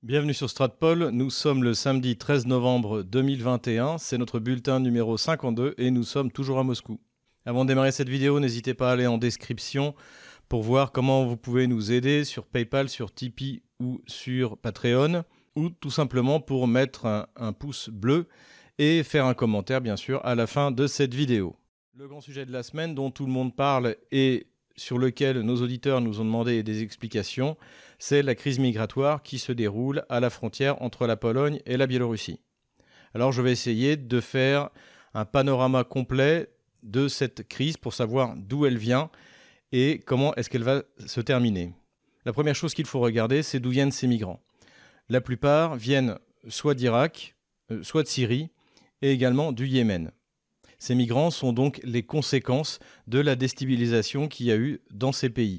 Bienvenue sur Stratpol, nous sommes le samedi 13 novembre 2021, c'est notre bulletin numéro 52 et nous sommes toujours à Moscou. Avant de démarrer cette vidéo, n'hésitez pas à aller en description pour voir comment vous pouvez nous aider sur PayPal, sur Tipeee ou sur Patreon, ou tout simplement pour mettre un pouce bleu et faire un commentaire bien sûr à la fin de cette vidéo. Le grand sujet de la semaine dont tout le monde parle et sur lequel nos auditeurs nous ont demandé des explications, c'est la crise migratoire qui se déroule à la frontière entre la Pologne et la Biélorussie. Alors je vais essayer de faire un panorama complet de cette crise pour savoir d'où elle vient et comment est-ce qu'elle va se terminer. La première chose qu'il faut regarder, c'est d'où viennent ces migrants. La plupart viennent soit d'Irak, soit de Syrie et également du Yémen. Ces migrants sont donc les conséquences de la déstabilisation qu'il y a eu dans ces pays.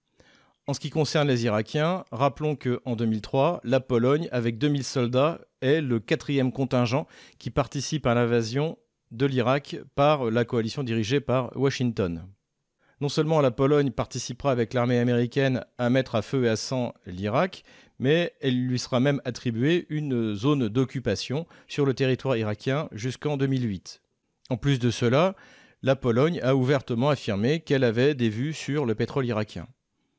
En ce qui concerne les Irakiens, rappelons qu'en 2003, la Pologne, avec 2000 soldats, est le 4e contingent qui participe à l'invasion de l'Irak par la coalition dirigée par Washington. Non seulement la Pologne participera avec l'armée américaine à mettre à feu et à sang l'Irak, mais elle lui sera même attribuée une zone d'occupation sur le territoire irakien jusqu'en 2008. En plus de cela, la Pologne a ouvertement affirmé qu'elle avait des vues sur le pétrole irakien.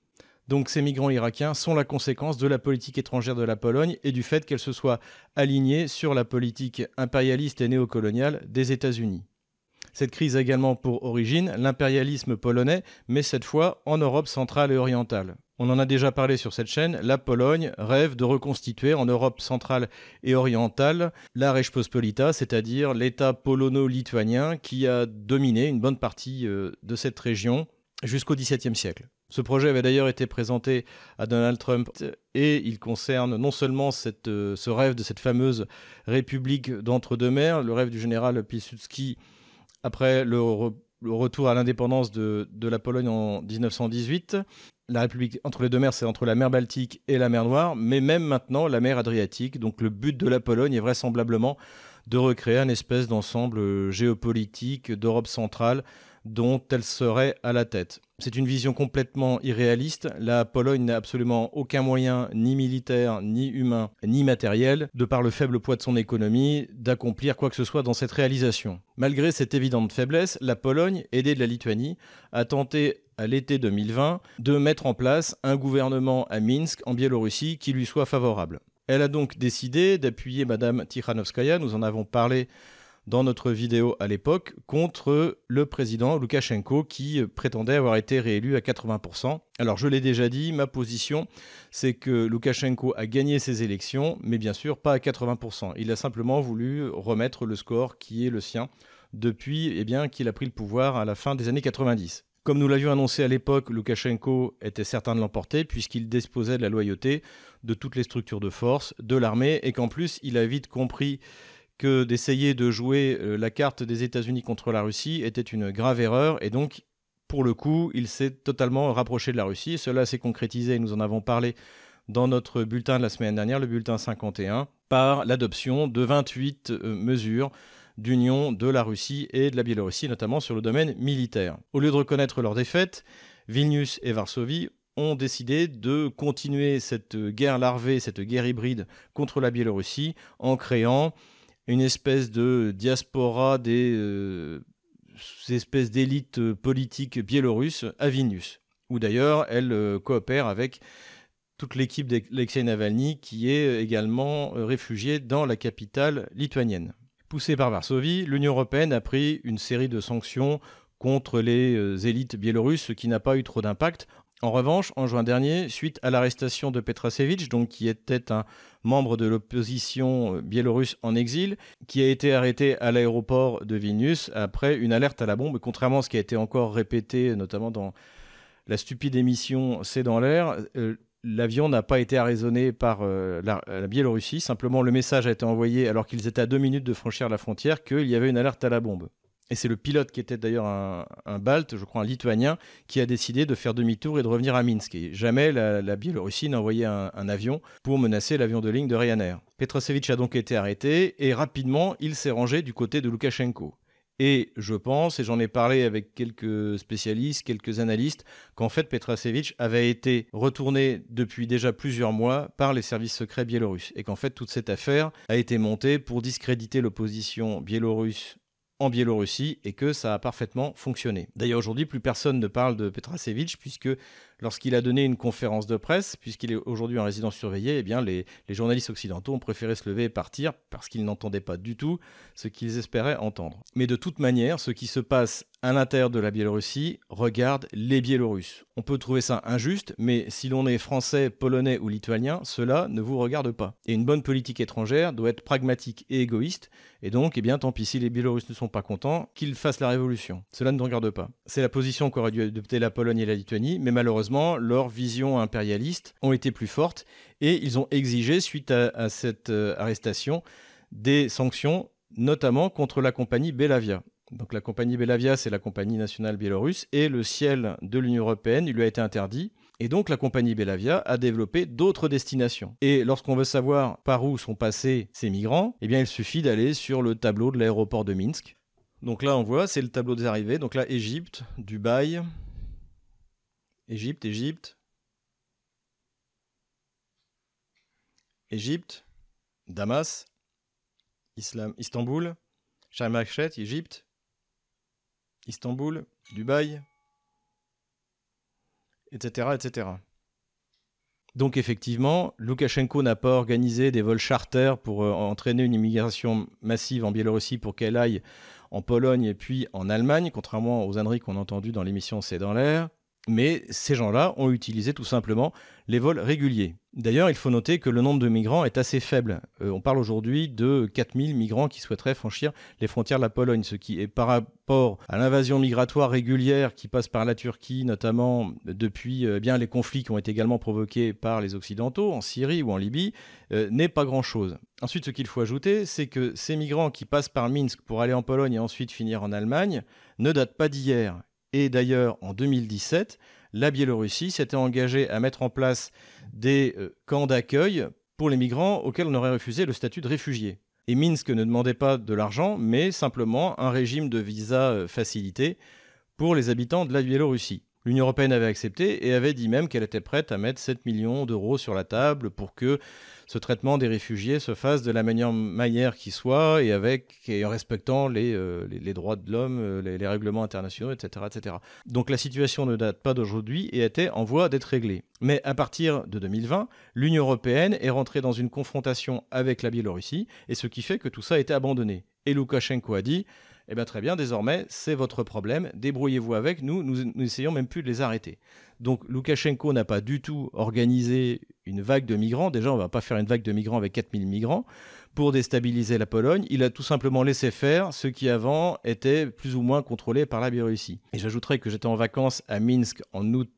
Donc ces migrants irakiens sont la conséquence de la politique étrangère de la Pologne et du fait qu'elle se soit alignée sur la politique impérialiste et néocoloniale des États-Unis. Cette crise a également pour origine l'impérialisme polonais, mais cette fois en Europe centrale et orientale. On en a déjà parlé sur cette chaîne, la Pologne rêve de reconstituer en Europe centrale et orientale la Rzeczpospolita, c'est-à-dire l'État polono-lituanien qui a dominé une bonne partie de cette région jusqu'au XVIIe siècle. Ce projet avait d'ailleurs été présenté à Donald Trump et il concerne non seulement ce rêve de cette fameuse république d'entre-deux-mers, le rêve du général Piłsudski après le retour à l'indépendance de la Pologne en 1918. La République entre les deux mers, c'est entre la mer Baltique et la mer Noire, mais même maintenant la mer Adriatique. Donc le but de la Pologne est vraisemblablement de recréer un espèce d'ensemble géopolitique d'Europe centrale dont elle serait à la tête. C'est une vision complètement irréaliste. La Pologne n'a absolument aucun moyen, ni militaire, ni humain, ni matériel, de par le faible poids de son économie, d'accomplir quoi que ce soit dans cette réalisation. Malgré cette évidente faiblesse, la Pologne, aidée de la Lituanie, a tenté à l'été 2020 de mettre en place un gouvernement à Minsk, en Biélorussie, qui lui soit favorable. Elle a donc décidé d'appuyer Madame Tikhanovskaya, nous en avons parlé dans notre vidéo à l'époque, contre le président Loukachenko qui prétendait avoir été réélu à 80%. Alors je l'ai déjà dit, ma position c'est que Loukachenko a gagné ses élections, mais bien sûr pas à 80%. Il a simplement voulu remettre le score qui est le sien depuis qu'il a pris le pouvoir à la fin des années 90. Comme nous l'avions annoncé à l'époque, Loukachenko était certain de l'emporter puisqu'il disposait de la loyauté de toutes les structures de force, de l'armée, et qu'en plus il a vite compris que d'essayer de jouer la carte des États-Unis contre la Russie était une grave erreur, et donc, pour le coup, il s'est totalement rapproché de la Russie. Cela s'est concrétisé, nous en avons parlé dans notre bulletin de la semaine dernière, le bulletin 51, par l'adoption de 28 mesures d'union de la Russie et de la Biélorussie, notamment sur le domaine militaire. Au lieu de reconnaître leur défaite, Vilnius et Varsovie ont décidé de continuer cette guerre larvée, cette guerre hybride contre la Biélorussie, en créant une espèce de diaspora des espèces d'élites politiques biélorusses à Vilnius, où d'ailleurs elle coopère avec toute l'équipe d'Alexeï Navalny qui est également réfugiée dans la capitale lituanienne. Poussée par Varsovie, l'Union européenne a pris une série de sanctions contre les élites biélorusses, ce qui n'a pas eu trop d'impact. En revanche, en juin dernier, suite à l'arrestation de Petrasevich, donc qui était un membre de l'opposition biélorusse en exil, qui a été arrêté à l'aéroport de Vilnius après une alerte à la bombe, contrairement à ce qui a été encore répété, notamment dans la stupide émission C'est dans l'air, l'avion n'a pas été arraisonné par la Biélorussie, simplement le message a été envoyé alors qu'ils étaient à 2 minutes de franchir la frontière qu'il y avait une alerte à la bombe. Et c'est le pilote qui était d'ailleurs un Balte, je crois un Lituanien, qui a décidé de faire demi-tour et de revenir à Minsk. Et jamais la Biélorussie n'a envoyé un avion pour menacer l'avion de ligne de Ryanair. Petrasevich a donc été arrêté et rapidement il s'est rangé du côté de Loukachenko. Et je pense, et j'en ai parlé avec quelques spécialistes, quelques analystes, qu'en fait Petrašević avait été retourné depuis déjà plusieurs mois par les services secrets biélorusses. Et qu'en fait toute cette affaire a été montée pour discréditer l'opposition biélorusse en Biélorussie et que ça a parfaitement fonctionné. D'ailleurs aujourd'hui plus personne ne parle de Petrašević puisque lorsqu'il a donné une conférence de presse, puisqu'il est aujourd'hui en résidence surveillée, eh bien les journalistes occidentaux ont préféré se lever et partir parce qu'ils n'entendaient pas du tout ce qu'ils espéraient entendre. Mais de toute manière, ce qui se passe à l'intérieur de la Biélorussie regarde les Biélorusses. On peut trouver ça injuste, mais si l'on est français, polonais ou lituanien, cela ne vous regarde pas. Et une bonne politique étrangère doit être pragmatique et égoïste, et donc, eh bien, tant pis si les Biélorusses ne sont pas contents, qu'ils fassent la révolution. Cela ne nous regarde pas. C'est la position qu'auraient dû adopter la Pologne et la Lituanie, mais malheureusement, leurs visions impérialistes ont été plus fortes, et ils ont exigé, suite à cette arrestation, des sanctions, notamment contre la compagnie Belavia. Donc la compagnie Belavia, c'est la compagnie nationale biélorusse, et le ciel de l'Union européenne lui a été interdit. Et donc la compagnie Belavia a développé d'autres destinations. Et lorsqu'on veut savoir par où sont passés ces migrants, eh bien il suffit d'aller sur le tableau de l'aéroport de Minsk. Donc là on voit, c'est le tableau des arrivées. Donc là Égypte, Dubaï, Égypte, Damas, Istanbul, Sharm el-Sheikh, Égypte, Istanbul, Dubaï, etc., etc. Donc effectivement, Loukachenko n'a pas organisé des vols charters pour entraîner une immigration massive en Biélorussie pour qu'elle aille en Pologne et puis en Allemagne, contrairement aux âneries qu'on a entendues dans l'émission C'est dans l'air. Mais ces gens-là ont utilisé tout simplement les vols réguliers. D'ailleurs, il faut noter que le nombre de migrants est assez faible. On parle aujourd'hui de 4000 migrants qui souhaiteraient franchir les frontières de la Pologne, ce qui est par rapport à l'invasion migratoire régulière qui passe par la Turquie, notamment depuis bien les conflits qui ont été également provoqués par les Occidentaux, en Syrie ou en Libye, n'est pas grand-chose. Ensuite, ce qu'il faut ajouter, c'est que ces migrants qui passent par Minsk pour aller en Pologne et ensuite finir en Allemagne ne datent pas d'hier. Et d'ailleurs, en 2017, la Biélorussie s'était engagée à mettre en place des camps d'accueil pour les migrants auxquels on aurait refusé le statut de réfugié. Et Minsk ne demandait pas de l'argent, mais simplement un régime de visa facilité pour les habitants de la Biélorussie. L'Union européenne avait accepté et avait dit même qu'elle était prête à mettre 7 millions d'euros sur la table pour que ce traitement des réfugiés se fasse de la meilleure manière qui soit et en respectant les droits de l'homme, les règlements internationaux, etc., etc. Donc la situation ne date pas d'aujourd'hui et était en voie d'être réglée. Mais à partir de 2020, l'Union européenne est rentrée dans une confrontation avec la Biélorussie, et ce qui fait que tout ça a été abandonné. Et Loukachenko a dit « Eh bien très bien, désormais, c'est votre problème, débrouillez-vous avec, nous n'essayons même plus de les arrêter ». Donc Loukachenko n'a pas du tout organisé une vague de migrants. Déjà, on ne va pas faire une vague de migrants avec 4000 migrants pour déstabiliser la Pologne. Il a tout simplement laissé faire ce qui avant était plus ou moins contrôlé par la Biélorussie. Et j'ajouterais que j'étais en vacances à Minsk en août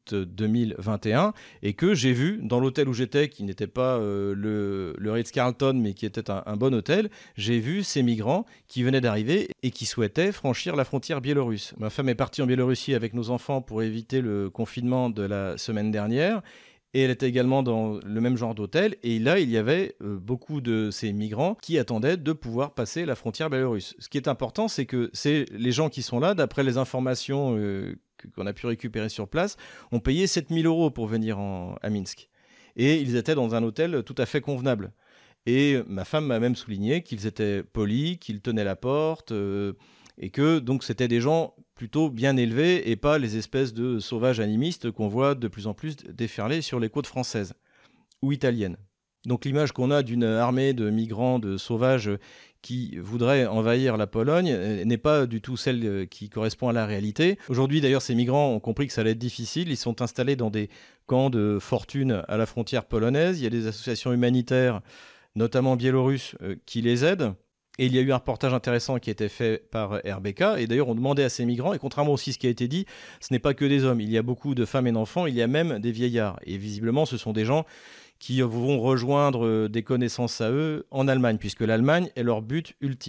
2021 et que j'ai vu, dans l'hôtel où j'étais, qui n'était pas le Ritz-Carlton, mais qui était un bon hôtel, j'ai vu ces migrants qui venaient d'arriver et qui souhaitaient franchir la frontière biélorusse. Ma femme est partie en Biélorussie avec nos enfants pour éviter le confinement de la semaine dernière. Et elle était également dans le même genre d'hôtel. Et là, il y avait beaucoup de ces migrants qui attendaient de pouvoir passer la frontière biélorusse. Ce qui est important, c'est que les gens qui sont là, d'après les informations qu'on a pu récupérer sur place, ont payé 7 000 € pour venir à Minsk. Et ils étaient dans un hôtel tout à fait convenable. Et ma femme m'a même souligné qu'ils étaient polis, qu'ils tenaient la porte, et que donc c'était des gens plutôt bien élevés et pas les espèces de sauvages animistes qu'on voit de plus en plus déferler sur les côtes françaises ou italiennes. Donc l'image qu'on a d'une armée de migrants, de sauvages qui voudraient envahir la Pologne n'est pas du tout celle qui correspond à la réalité. Aujourd'hui d'ailleurs ces migrants ont compris que ça allait être difficile, ils sont installés dans des camps de fortune à la frontière polonaise, il y a des associations humanitaires, notamment biélorusses, qui les aident. Et il y a eu un reportage intéressant qui a été fait par RBK. Et d'ailleurs, on demandait à ces migrants, et contrairement aussi à ce qui a été dit, ce n'est pas que des hommes. Il y a beaucoup de femmes et d'enfants, il y a même des vieillards. Et visiblement, ce sont des gens qui vont rejoindre des connaissances à eux en Allemagne, puisque l'Allemagne est leur but ultime.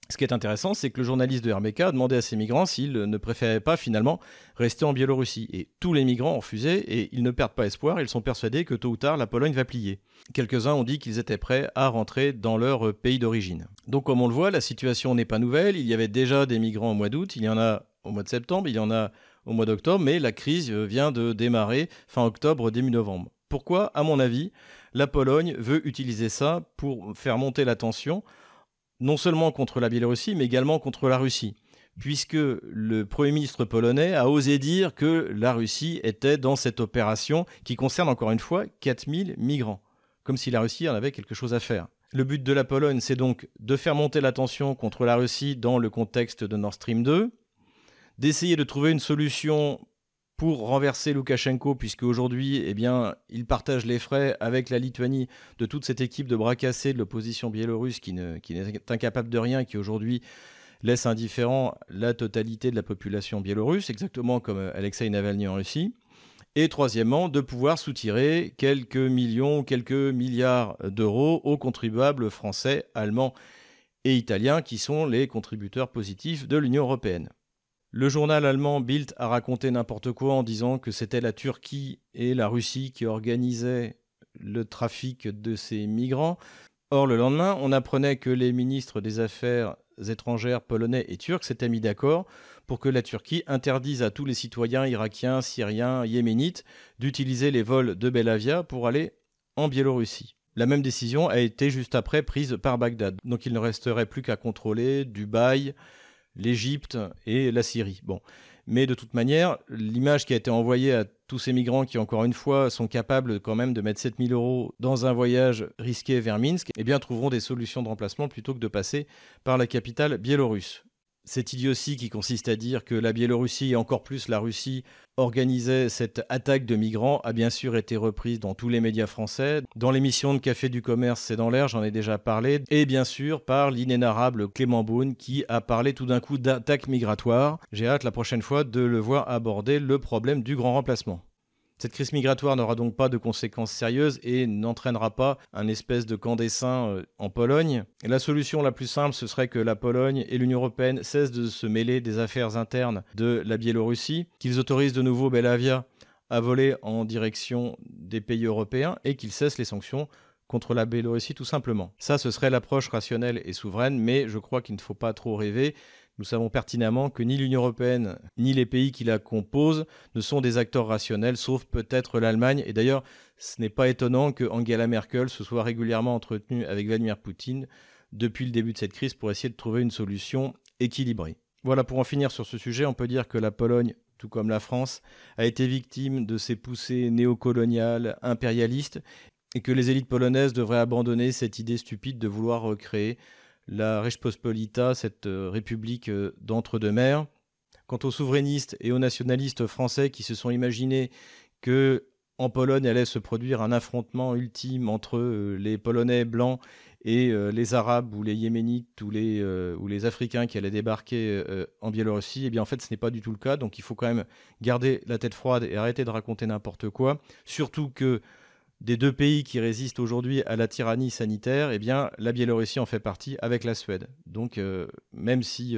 Ce qui est intéressant, c'est que le journaliste de RBK a demandé à ces migrants s'ils ne préféraient pas finalement rester en Biélorussie. Et tous les migrants ont refusé et ils ne perdent pas espoir, ils sont persuadés que tôt ou tard la Pologne va plier. Quelques-uns ont dit qu'ils étaient prêts à rentrer dans leur pays d'origine. Donc comme on le voit, la situation n'est pas nouvelle, il y avait déjà des migrants au mois d'août, il y en a au mois de septembre, il y en a au mois d'octobre, mais la crise vient de démarrer fin octobre, début novembre. Pourquoi, à mon avis, la Pologne veut utiliser ça pour faire monter la tension non seulement contre la Biélorussie, mais également contre la Russie, puisque le Premier ministre polonais a osé dire que la Russie était dans cette opération qui concerne encore une fois 4000 migrants, comme si la Russie en avait quelque chose à faire. Le but de la Pologne, c'est donc de faire monter la tension contre la Russie dans le contexte de Nord Stream 2, d'essayer de trouver une solution pour renverser Loukachenko, puisque aujourd'hui, eh bien, il partage les frais avec la Lituanie de toute cette équipe de bras cassés de l'opposition biélorusse qui n'est incapable de rien, qui aujourd'hui laisse indifférent la totalité de la population biélorusse, exactement comme Alexei Navalny en Russie. Et troisièmement, de pouvoir soutirer quelques millions, quelques milliards d'euros aux contribuables français, allemands et italiens, qui sont les contributeurs positifs de l'Union européenne. Le journal allemand Bild a raconté n'importe quoi en disant que c'était la Turquie et la Russie qui organisaient le trafic de ces migrants. Or, le lendemain, on apprenait que les ministres des Affaires étrangères polonais et turcs s'étaient mis d'accord pour que la Turquie interdise à tous les citoyens irakiens, syriens, yéménites d'utiliser les vols de Belavia pour aller en Biélorussie. La même décision a été juste après prise par Bagdad. Donc il ne resterait plus qu'à contrôler Dubaï, l'Égypte et la Syrie. Bon. Mais de toute manière, l'image qui a été envoyée à tous ces migrants qui, encore une fois, sont capables quand même de mettre 7 000 € dans un voyage risqué vers Minsk, eh bien, trouveront des solutions de remplacement plutôt que de passer par la capitale biélorusse. Cette idiotie qui consiste à dire que la Biélorussie et encore plus la Russie organisaient cette attaque de migrants a bien sûr été reprise dans tous les médias français. Dans l'émission de Café du Commerce, c'est dans l'air, j'en ai déjà parlé. Et bien sûr par l'inénarrable Clément Beaune qui a parlé tout d'un coup d'attaque migratoire. J'ai hâte la prochaine fois de le voir aborder le problème du grand remplacement. Cette crise migratoire n'aura donc pas de conséquences sérieuses et n'entraînera pas un espèce de camp des saints en Pologne. Et la solution la plus simple, ce serait que la Pologne et l'Union européenne cessent de se mêler des affaires internes de la Biélorussie, qu'ils autorisent de nouveau Belavia à voler en direction des pays européens et qu'ils cessent les sanctions contre la Biélorussie tout simplement. Ça, ce serait l'approche rationnelle et souveraine, mais je crois qu'il ne faut pas trop rêver. Nous savons pertinemment que ni l'Union européenne ni les pays qui la composent ne sont des acteurs rationnels, sauf peut-être l'Allemagne. Et d'ailleurs, ce n'est pas étonnant que Angela Merkel se soit régulièrement entretenue avec Vladimir Poutine depuis le début de cette crise pour essayer de trouver une solution équilibrée. Voilà, pour en finir sur ce sujet, on peut dire que la Pologne, tout comme la France, a été victime de ces poussées néocoloniales, impérialistes, et que les élites polonaises devraient abandonner cette idée stupide de vouloir recréer la Rzeczpospolita, cette république d'entre-deux-mers. Quant aux souverainistes et aux nationalistes français qui se sont imaginés que en Pologne allait se produire un affrontement ultime entre les Polonais blancs et les Arabes ou les Yéménites ou les Africains qui allaient débarquer en Biélorussie, eh bien en fait ce n'est pas du tout le cas, donc il faut quand même garder la tête froide et arrêter de raconter n'importe quoi, surtout que des deux pays qui résistent aujourd'hui à la tyrannie sanitaire, eh bien, la Biélorussie en fait partie avec la Suède. Donc, même si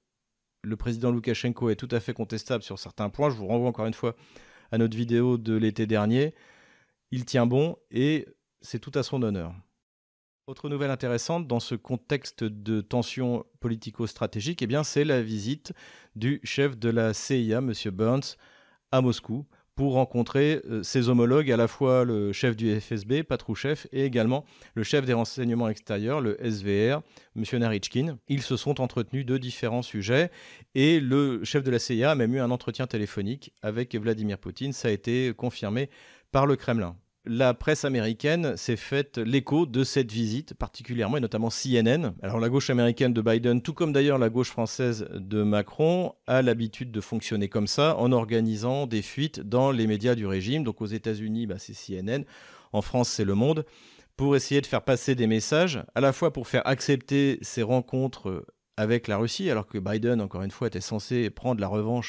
le président Loukachenko est tout à fait contestable sur certains points, je vous renvoie encore une fois à notre vidéo de l'été dernier, il tient bon et c'est tout à son honneur. Autre nouvelle intéressante dans ce contexte de tension politico-stratégique, eh bien, c'est la visite du chef de la CIA, M. Burns, à Moscou, pour rencontrer ses homologues, à la fois le chef du FSB, Patrouchev, et également le chef des renseignements extérieurs, le SVR, M. Narychkin. Ils se sont entretenus de différents sujets, et le chef de la CIA a même eu un entretien téléphonique avec Vladimir Poutine. Ça a été confirmé par le Kremlin. La presse américaine s'est faite l'écho de cette visite, particulièrement et notamment CNN. Alors la gauche américaine de Biden, tout comme d'ailleurs la gauche française de Macron, a l'habitude de fonctionner comme ça, en organisant des fuites dans les médias du régime. Donc aux États-Unis, c'est CNN, en France, c'est Le Monde, pour essayer de faire passer des messages, à la fois pour faire accepter ces rencontres avec la Russie, alors que Biden, encore une fois, était censé prendre la revanche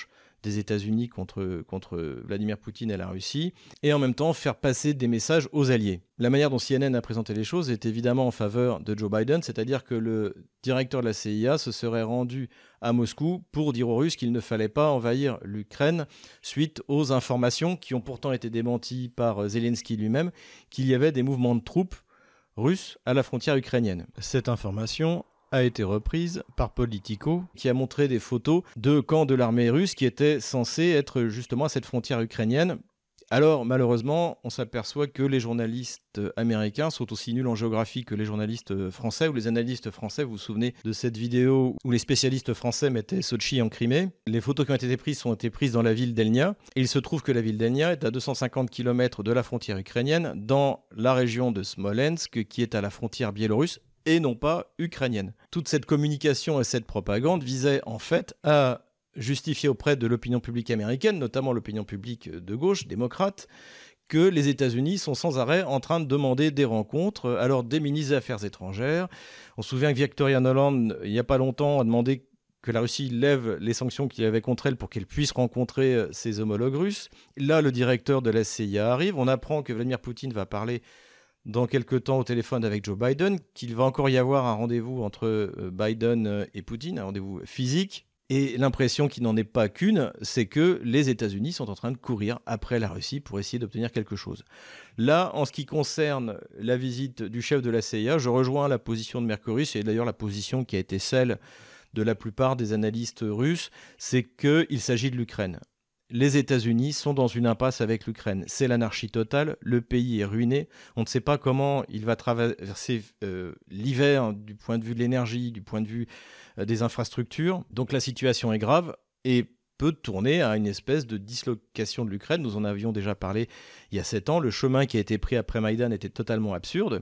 des États-Unis contre Vladimir Poutine et la Russie, et en même temps faire passer des messages aux alliés. La manière dont CNN a présenté les choses est évidemment en faveur de Joe Biden, c'est-à-dire que le directeur de la CIA se serait rendu à Moscou pour dire aux Russes qu'il ne fallait pas envahir l'Ukraine suite aux informations qui ont pourtant été démenties par Zelensky lui-même, qu'il y avait des mouvements de troupes russes à la frontière ukrainienne. Cette information a été reprise par Politico, qui a montré des photos de camps de l'armée russe qui étaient censés être justement à cette frontière ukrainienne. Alors, malheureusement, on s'aperçoit que les journalistes américains sont aussi nuls en géographie que les journalistes français ou les analystes français. Vous vous souvenez de cette vidéo où les spécialistes français mettaient Sotchi en Crimée. Les photos qui ont été prises ont été prises dans la ville d'Elnya. Et il se trouve que la ville d'Elnya est à 250 km de la frontière ukrainienne, dans la région de Smolensk, qui est à la frontière biélorusse, et non pas ukrainienne. Toute cette communication et cette propagande visaient en fait à justifier auprès de l'opinion publique américaine, notamment l'opinion publique de gauche, démocrate, que les États-Unis sont sans arrêt en train de demander des rencontres à leurs des ministres des Affaires étrangères. On se souvient que Victoria Nuland, il n'y a pas longtemps, a demandé que la Russie lève les sanctions qu'il y avait contre elle pour qu'elle puisse rencontrer ses homologues russes. Là, le directeur de la CIA arrive. On apprend que Vladimir Poutine va parler dans quelques temps au téléphone avec Joe Biden, qu'il va encore y avoir un rendez-vous entre Biden et Poutine, un rendez-vous physique. Et l'impression qu'il n'en est pas qu'une, c'est que les États-Unis sont en train de courir après la Russie pour essayer d'obtenir quelque chose. Là, en ce qui concerne la visite du chef de la CIA, je rejoins la position de Mercurius, et d'ailleurs la position qui a été celle de la plupart des analystes russes, c'est qu'il s'agit de l'Ukraine. Les États-Unis sont dans une impasse avec l'Ukraine. C'est l'anarchie totale, le pays est ruiné. On ne sait pas comment il va traverser l'hiver du point de vue de l'énergie, du point de vue des infrastructures. Donc la situation est grave et peut tourner à une espèce de dislocation de l'Ukraine. Nous en avions déjà parlé il y a 7 ans. Le chemin qui a été pris après Maïdan était totalement absurde.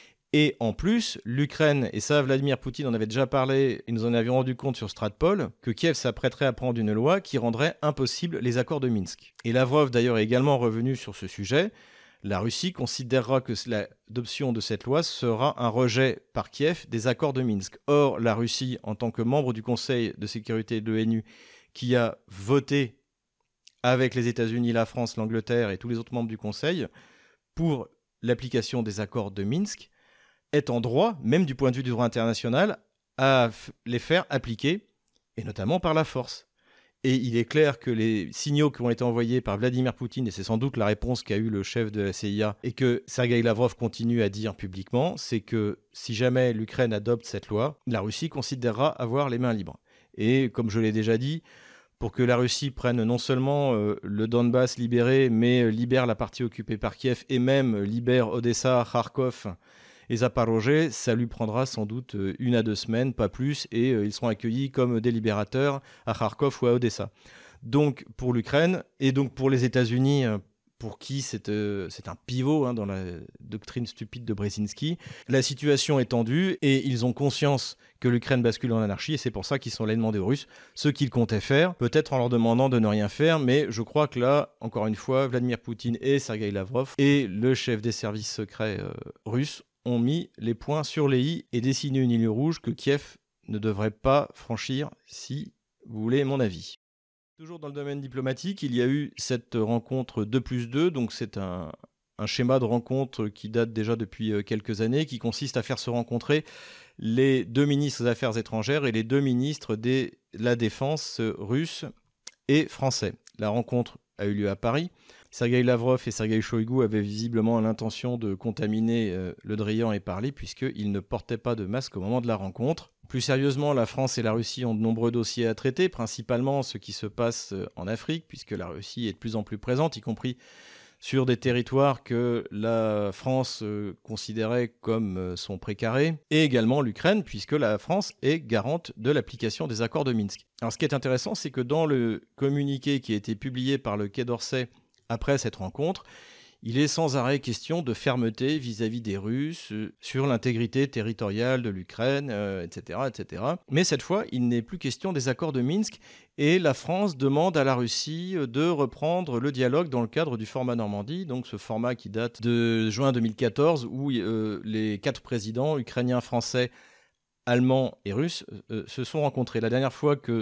Et en plus, l'Ukraine, et ça Vladimir Poutine en avait déjà parlé, et nous en avions rendu compte sur Stratpol, que Kiev s'apprêterait à prendre une loi qui rendrait impossible les accords de Minsk. Et Lavrov d'ailleurs est également revenu sur ce sujet. La Russie considérera que l'adoption de cette loi sera un rejet par Kiev des accords de Minsk. Or, la Russie, en tant que membre du Conseil de sécurité de l'ONU, qui a voté avec les États-Unis, la France, l'Angleterre et tous les autres membres du Conseil pour l'application des accords de Minsk, est en droit, même du point de vue du droit international, à les faire appliquer, et notamment par la force. Et il est clair que les signaux qui ont été envoyés par Vladimir Poutine, et c'est sans doute la réponse qu'a eu le chef de la CIA, et que Sergueï Lavrov continue à dire publiquement, c'est que si jamais l'Ukraine adopte cette loi, la Russie considérera avoir les mains libres. Et comme je l'ai déjà dit, pour que la Russie prenne non seulement le Donbass libéré, mais libère la partie occupée par Kiev, et même libère Odessa, Kharkov et Zaporozhye, ça lui prendra sans doute 1 à 2 semaines, pas plus, et ils seront accueillis comme des libérateurs à Kharkov ou à Odessa. Donc pour l'Ukraine, et donc pour les États-Unis, pour qui c'est un pivot dans la doctrine stupide de Brzezinski, la situation est tendue, et ils ont conscience que l'Ukraine bascule en anarchie, et c'est pour ça qu'ils sont allés demander aux Russes ce qu'ils comptaient faire, peut-être en leur demandant de ne rien faire, mais je crois que là, encore une fois, Vladimir Poutine et Sergueï Lavrov, et le chef des services secrets russes, ont mis les points sur les i et dessiné une ligne rouge que Kiev ne devrait pas franchir, si vous voulez mon avis. Toujours dans le domaine diplomatique, il y a eu cette rencontre 2+2, donc c'est un schéma de rencontre qui date déjà depuis quelques années, qui consiste à faire se rencontrer les 2 ministres des Affaires étrangères et les 2 ministres de la Défense russes et français. La rencontre a eu lieu à Paris. Sergueï Lavrov et Sergueï Shoïgu avaient visiblement l'intention de contaminer Le Drian et Parly, puisqu'ils ne portaient pas de masque au moment de la rencontre. Plus sérieusement, la France et la Russie ont de nombreux dossiers à traiter, principalement ce qui se passe en Afrique, puisque la Russie est de plus en plus présente, y compris sur des territoires que la France considérait comme son précaré, et également l'Ukraine, puisque la France est garante de l'application des accords de Minsk. Alors ce qui est intéressant, c'est que dans le communiqué qui a été publié par le Quai d'Orsay après cette rencontre, il est sans arrêt question de fermeté vis-à-vis des Russes sur l'intégrité territoriale de l'Ukraine, etc., etc. Mais cette fois, il n'est plus question des accords de Minsk et la France demande à la Russie de reprendre le dialogue dans le cadre du format Normandie, donc ce format qui date de juin 2014 où les 4 présidents ukrainiens, français, allemands et russes se sont rencontrés. La dernière fois que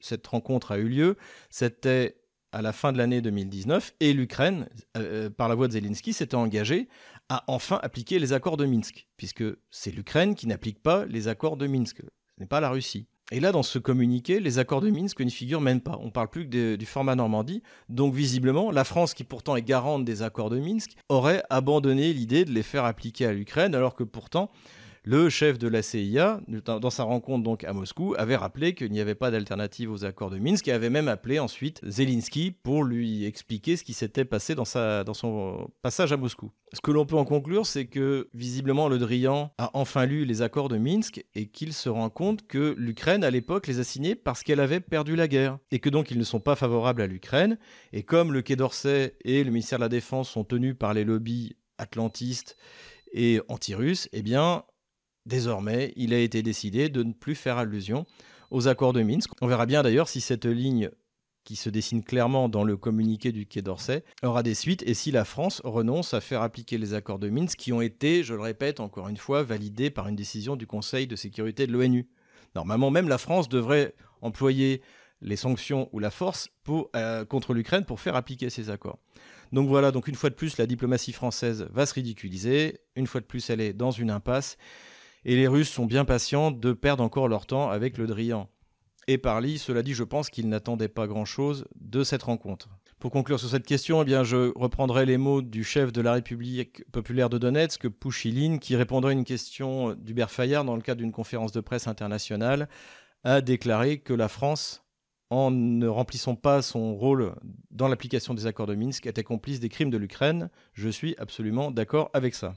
cette rencontre a eu lieu, c'était à la fin de l'année 2019, et l'Ukraine, par la voix de Zelensky, s'était engagée à enfin appliquer les accords de Minsk, puisque c'est l'Ukraine qui n'applique pas les accords de Minsk, ce n'est pas la Russie. Et là, dans ce communiqué, les accords de Minsk n'y figurent même pas. On ne parle plus que du format Normandie. Donc visiblement, la France, qui pourtant est garante des accords de Minsk, aurait abandonné l'idée de les faire appliquer à l'Ukraine, alors que pourtant, le chef de la CIA, dans sa rencontre donc à Moscou, avait rappelé qu'il n'y avait pas d'alternative aux accords de Minsk et avait même appelé ensuite Zelensky pour lui expliquer ce qui s'était passé dans son passage à Moscou. Ce que l'on peut en conclure, c'est que visiblement Le Drian a enfin lu les accords de Minsk et qu'il se rend compte que l'Ukraine à l'époque les a signés parce qu'elle avait perdu la guerre et que donc ils ne sont pas favorables à l'Ukraine. Et comme le Quai d'Orsay et le ministère de la Défense sont tenus par les lobbies atlantistes et anti-russes, eh bien désormais, il a été décidé de ne plus faire allusion aux accords de Minsk. On verra bien d'ailleurs si cette ligne qui se dessine clairement dans le communiqué du Quai d'Orsay aura des suites et si la France renonce à faire appliquer les accords de Minsk qui ont été, je le répète encore une fois, validés par une décision du Conseil de sécurité de l'ONU. Normalement, même la France devrait employer les sanctions ou la force contre l'Ukraine pour faire appliquer ces accords. Donc voilà, donc une fois de plus, la diplomatie française va se ridiculiser. Une fois de plus, elle est dans une impasse. Et les Russes sont bien patients de perdre encore leur temps avec Le Drian. Et Parly, cela dit, je pense qu'ils n'attendaient pas grand-chose de cette rencontre. Pour conclure sur cette question, eh bien, je reprendrai les mots du chef de la République populaire de Donetsk, Pouchiline, qui répondant à une question d'Hubert Fayard dans le cadre d'une conférence de presse internationale, a déclaré que la France, en ne remplissant pas son rôle dans l'application des accords de Minsk, était complice des crimes de l'Ukraine. Je suis absolument d'accord avec ça.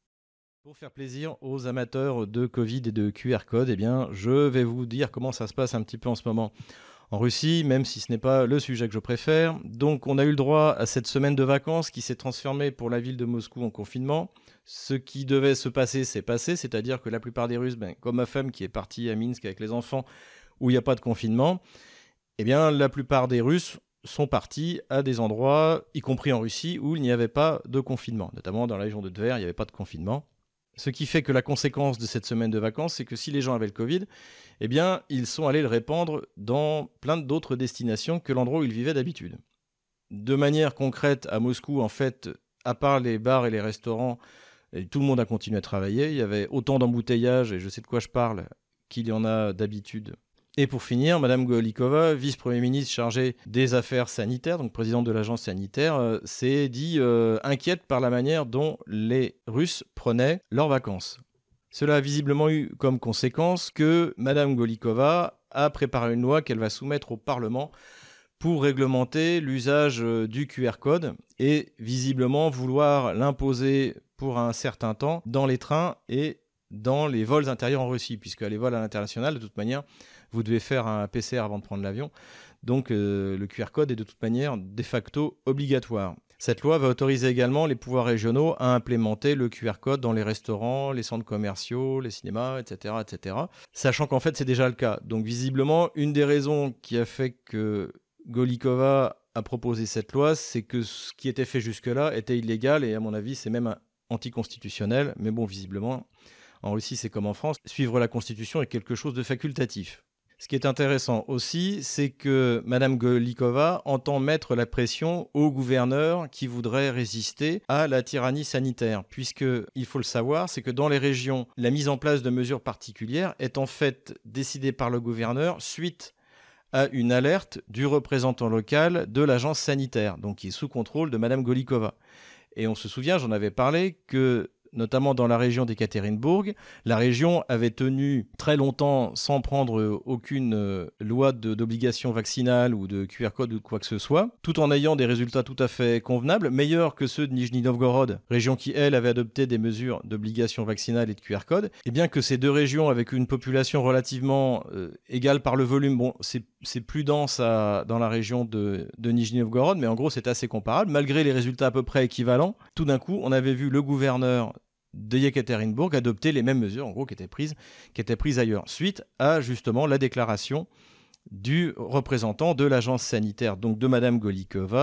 Pour faire plaisir aux amateurs de Covid et de QR code, eh bien, je vais vous dire comment ça se passe un petit peu en ce moment en Russie, même si ce n'est pas le sujet que je préfère. Donc, on a eu le droit à cette semaine de vacances qui s'est transformée pour la ville de Moscou en confinement. Ce qui devait se passer, s'est passé, c'est-à-dire que la plupart des Russes, comme ma femme qui est partie à Minsk avec les enfants, où il n'y a pas de confinement, eh bien, la plupart des Russes sont partis à des endroits, y compris en Russie, où il n'y avait pas de confinement. Notamment dans la région de Tver, il n'y avait pas de confinement. Ce qui fait que la conséquence de cette semaine de vacances, c'est que si les gens avaient le Covid, eh bien, ils sont allés le répandre dans plein d'autres destinations que l'endroit où ils vivaient d'habitude. De manière concrète, à Moscou, en fait, à part les bars et les restaurants, tout le monde a continué à travailler. Il y avait autant d'embouteillages, et je sais de quoi je parle, qu'il y en a d'habitude. Et pour finir, Madame Golikova, vice-premier ministre chargée des affaires sanitaires, donc présidente de l'agence sanitaire, s'est dit inquiète par la manière dont les Russes prenaient leurs vacances. Cela a visiblement eu comme conséquence que Madame Golikova a préparé une loi qu'elle va soumettre au Parlement pour réglementer l'usage du QR code et visiblement vouloir l'imposer pour un certain temps dans les trains et dans les vols intérieurs en Russie, puisque les vols à l'international, de toute manière, vous devez faire un PCR avant de prendre l'avion. Donc le QR code est de toute manière de facto obligatoire. Cette loi va autoriser également les pouvoirs régionaux à implémenter le QR code dans les restaurants, les centres commerciaux, les cinémas, etc. etc. Sachant qu'en fait c'est déjà le cas. Donc visiblement, une des raisons qui a fait que Golikova a proposé cette loi, c'est que ce qui était fait jusque-là était illégal et à mon avis c'est même anticonstitutionnel. Mais bon, visiblement, en Russie c'est comme en France, suivre la Constitution est quelque chose de facultatif. Ce qui est intéressant aussi, c'est que Mme Golikova entend mettre la pression aux gouverneurs qui voudraient résister à la tyrannie sanitaire. Puisque, il faut le savoir, c'est que dans les régions, la mise en place de mesures particulières est en fait décidée par le gouverneur suite à une alerte du représentant local de l'agence sanitaire, donc qui est sous contrôle de Mme Golikova. Et on se souvient, j'en avais parlé, que notamment dans la région d'Ekaterinbourg, la région avait tenu très longtemps sans prendre aucune loi d'obligation vaccinale ou de QR code ou quoi que ce soit, tout en ayant des résultats tout à fait convenables, meilleurs que ceux de Nijni Novgorod, région qui, elle, avait adopté des mesures d'obligation vaccinale et de QR code, et bien que ces deux régions, avec une population relativement égale par le volume, bon, c'est plus dense dans la région de Nijni Novgorod, mais en gros, c'est assez comparable, malgré les résultats à peu près équivalents. Tout d'un coup, on avait vu le gouverneur de Yekaterinbourg adopter les mêmes mesures, en gros, qui étaient prises ailleurs, suite à justement la déclaration du représentant de l'agence sanitaire, donc de Mme Golikova,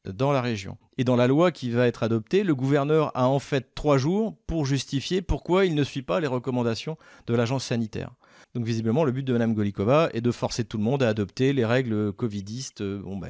dans la région. Et dans la loi qui va être adoptée, le gouverneur a en fait 3 jours pour justifier pourquoi il ne suit pas les recommandations de l'agence sanitaire. Donc visiblement, le but de Mme Golikova est de forcer tout le monde à adopter les règles covidistes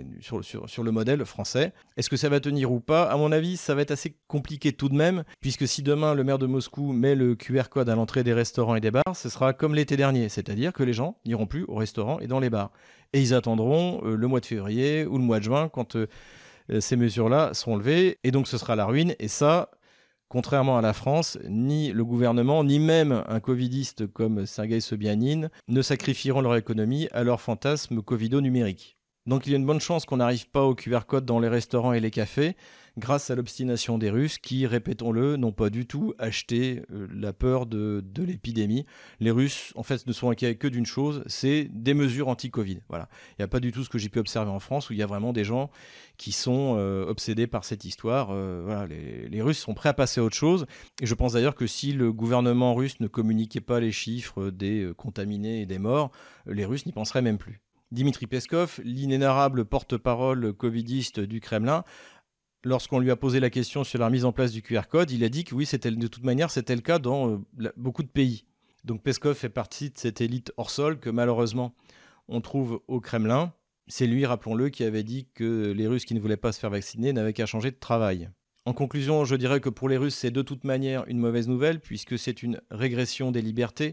sur le modèle français. Est-ce que ça va tenir ou pas? À mon avis, ça va être assez compliqué tout de même, puisque si demain le maire de Moscou met le QR code à l'entrée des restaurants et des bars, ce sera comme l'été dernier, c'est-à-dire que les gens n'iront plus au restaurant et dans les bars. Et ils attendront le mois de février ou le mois de juin quand ces mesures-là seront levées, et donc ce sera la ruine, et ça... Contrairement à la France, ni le gouvernement, ni même un covidiste comme Sergueï Sobyanin ne sacrifieront leur économie à leur fantasme covido-numérique. Donc il y a une bonne chance qu'on n'arrive pas au QR code dans les restaurants et les cafés, grâce à l'obstination des Russes qui, répétons-le, n'ont pas du tout acheté la peur de l'épidémie. Les Russes, en fait, ne sont inquiets que d'une chose, c'est des mesures anti-Covid. Voilà. Il n'y a pas du tout ce que j'ai pu observer en France, où il y a vraiment des gens qui sont obsédés par cette histoire. Voilà, les Russes sont prêts à passer à autre chose. Et je pense d'ailleurs que si le gouvernement russe ne communiquait pas les chiffres des contaminés et des morts, les Russes n'y penseraient même plus. Dimitri Peskov, l'inénarrable porte-parole covidiste du Kremlin, lorsqu'on lui a posé la question sur la mise en place du QR code, il a dit que oui, de toute manière, c'était le cas dans beaucoup de pays. Donc Peskov fait partie de cette élite hors sol que malheureusement on trouve au Kremlin. C'est lui, rappelons-le, qui avait dit que les Russes qui ne voulaient pas se faire vacciner n'avaient qu'à changer de travail. En conclusion, je dirais que pour les Russes, c'est de toute manière une mauvaise nouvelle, puisque c'est une régression des libertés.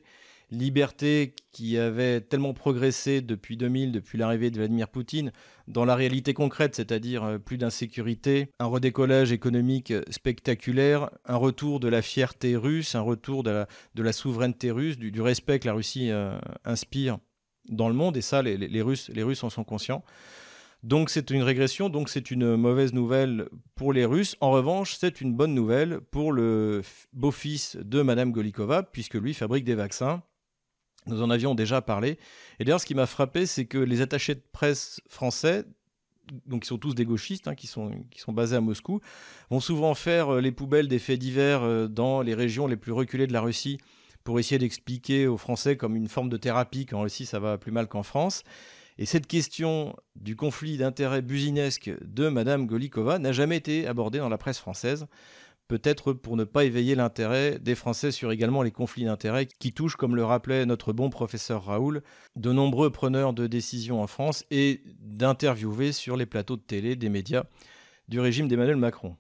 Liberté qui avait tellement progressé depuis 2000, depuis l'arrivée de Vladimir Poutine, dans la réalité concrète, c'est-à-dire plus d'insécurité, un redécollage économique spectaculaire, un retour de la fierté russe, un retour de la souveraineté russe, du respect que la Russie inspire dans le monde, et ça, les Russes en sont conscients. Donc c'est une régression, donc c'est une mauvaise nouvelle pour les Russes. En revanche, c'est une bonne nouvelle pour le beau-fils de Mme Golikova, puisque lui fabrique des vaccins. Nous en avions déjà parlé. Et d'ailleurs, ce qui m'a frappé, c'est que les attachés de presse français, donc qui sont tous des gauchistes, qui sont basés à Moscou, vont souvent faire les poubelles des faits divers dans les régions les plus reculées de la Russie pour essayer d'expliquer aux Français comme une forme de thérapie qu'en Russie, ça va plus mal qu'en France. Et cette question du conflit d'intérêts businesque de Mme Golikova n'a jamais été abordée dans la presse française, peut-être pour ne pas éveiller l'intérêt des Français sur également les conflits d'intérêts qui touchent, comme le rappelait notre bon professeur Raoul, de nombreux preneurs de décisions en France et d'interviewer sur les plateaux de télé des médias du régime d'Emmanuel Macron.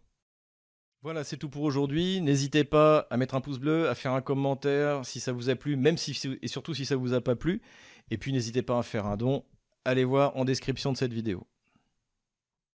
Voilà, c'est tout pour aujourd'hui. N'hésitez pas à mettre un pouce bleu, à faire un commentaire si ça vous a plu, même si, et surtout si ça vous a pas plu. Et puis n'hésitez pas à faire un don. Allez voir en description de cette vidéo.